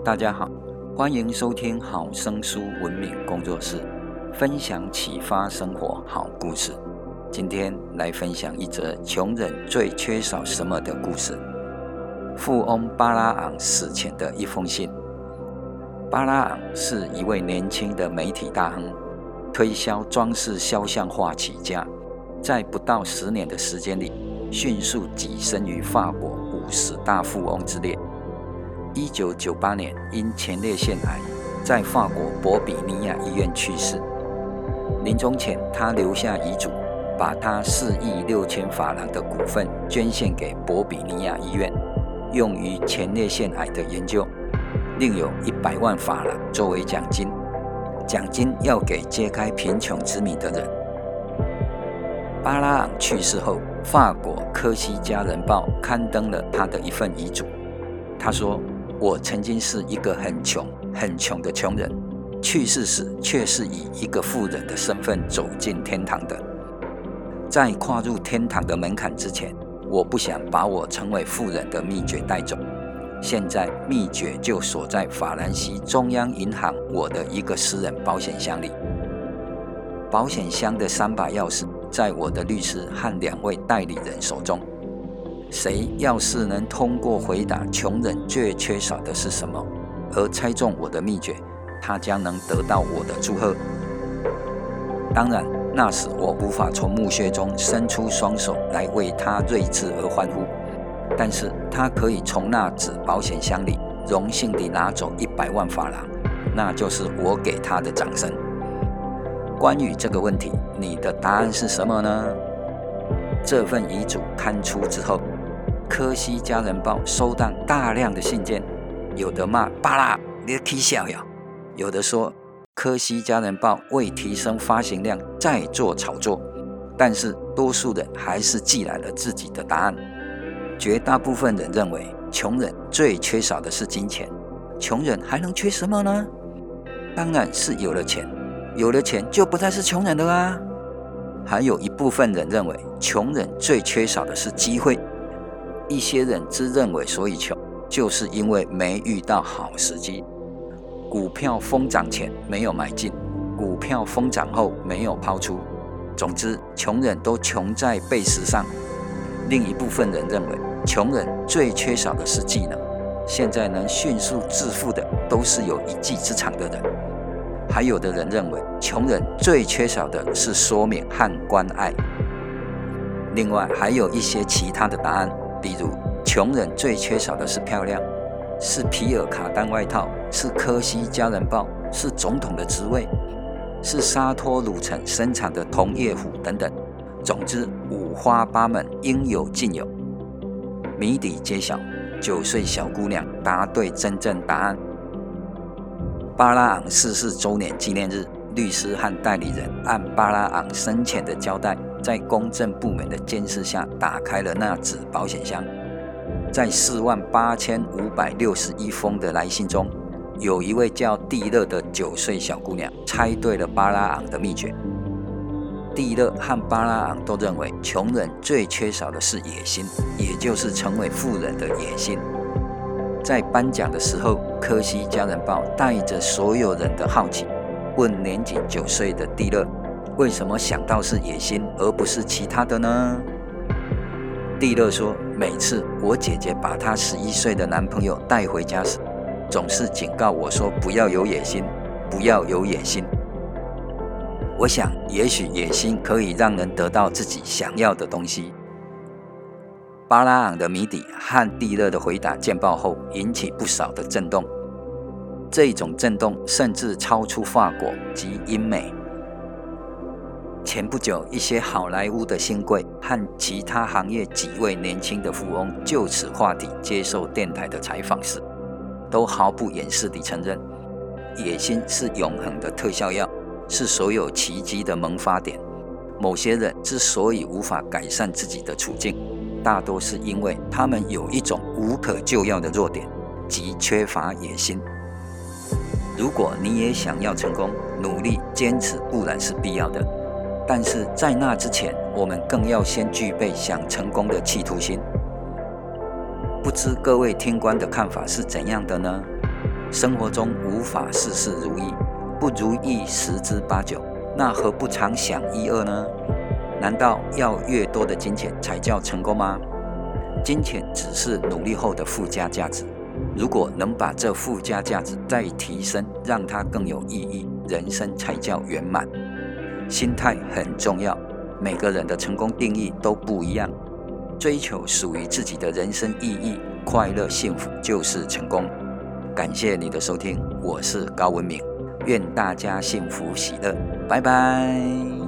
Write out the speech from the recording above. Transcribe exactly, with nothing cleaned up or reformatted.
大家好，欢迎收听好生书文明工作室，分享启发生活好故事。今天来分享一则穷人最缺少什么的故事。富翁巴拉昂死前的一封信。巴拉昂是一位年轻的媒体大亨，推销装饰肖像画起家，在不到十年的时间里，迅速跻身于法国五十大富翁之列。一九九八年因前列腺癌在法国博比尼亚医院去世。临终前，他留下遗嘱，把他四亿六千法郎的股份捐献给博比尼亚医院，用于前列腺癌的研究，另有一百万法郎作为奖金，奖金要给揭开贫穷之谜的人。巴拉昂去世后，法国科西嘉人报刊登了他的一份遗嘱。他说，我曾经是一个很穷很穷的穷人，去世时却是以一个富人的身份走进天堂的。在跨入天堂的门槛之前，我不想把我成为富人的秘诀带走。现在秘诀就锁在法兰西中央银行我的一个私人保险箱里。保险箱的三把钥匙在我的律师和两位代理人手中。谁要是能通过回答穷人最缺少的是什么，而猜中我的秘诀，他将能得到我的祝贺。当然，那时我无法从墓穴中伸出双手来为他睿智而欢呼，但是他可以从那纸保险箱里荣幸地拿走一百万法郎，那就是我给他的掌声。关于这个问题，你的答案是什么呢？这份遗嘱刊出之后，科西嘉人报收到大量的信件，有的骂巴拉你起笑呀，有的说科西嘉人报为提升发行量再做炒作，但是多数人还是寄来了自己的答案。绝大部分人认为穷人最缺少的是金钱，穷人还能缺什么呢？当然是有了钱，有了钱就不再是穷人了啊。还有一部分人认为穷人最缺少的是机会。一些人之认为所以穷，就是因为没遇到好时机。股票疯涨前没有买进，股票疯涨后没有抛出。总之，穷人都穷在背时上。另一部分人认为，穷人最缺少的是技能。现在能迅速致富的，都是有一技之长的人。还有的人认为，穷人最缺少的是说明和关爱。另外，还有一些其他的答案，比如穷人最缺少的是漂亮，是皮尔卡丹外套，是科西嘉人报，是总统的职位，是沙托鲁城生产的铜叶壶等等。总之，五花八门，应有尽有。谜底揭晓，九岁小姑娘答对真正答案。巴拉昂逝世周年纪念日，律师和代理人按巴拉昂生前的交代，在公证部门的监视下打开了那纸保险箱。在四万八千五百六十一封的来信中，有一位叫蒂勒的九岁小姑娘猜对了巴拉昂的秘诀。蒂勒和巴拉昂都认为穷人最缺少的是野心，也就是成为富人的野心。在颁奖的时候，科西嘉人报带着所有人的好奇，问年仅九岁的蒂勒，为什么想到是野心而不是其他的呢？蒂勒说，每次我姐姐把她十一岁的男朋友带回家时，总是警告我说不要有野心，不要有野心。我想，也许野心可以让人得到自己想要的东西。巴拉昂的谜底和蒂勒的回答见报后，引起不少的震动。这种震动甚至超出法国及英美。前不久，一些好莱坞的新贵和其他行业几位年轻的富翁就此话题接受电台的采访时，都毫不掩饰地承认，野心是永恒的特效药，是所有奇迹的萌发点。某些人之所以无法改善自己的处境，大多是因为他们有一种无可救药的弱点，即缺乏野心。如果你也想要成功，努力坚持固然是必要的，但是在那之前，我们更要先具备想成功的企图心。不知各位听官的看法是怎样的呢？ 生活中无法事事如意，不如意十之八九，那何不常想一二呢？难道要越多的金钱才叫成功吗？金钱只是努力后的附加价值，如果能把这附加价值再提升，让它更有意义，人生才叫圆满。心态很重要，每个人的成功定义都不一样，追求属于自己的人生意义，快乐幸福就是成功。感谢你的收听，我是高文敏，愿大家幸福喜乐，拜拜。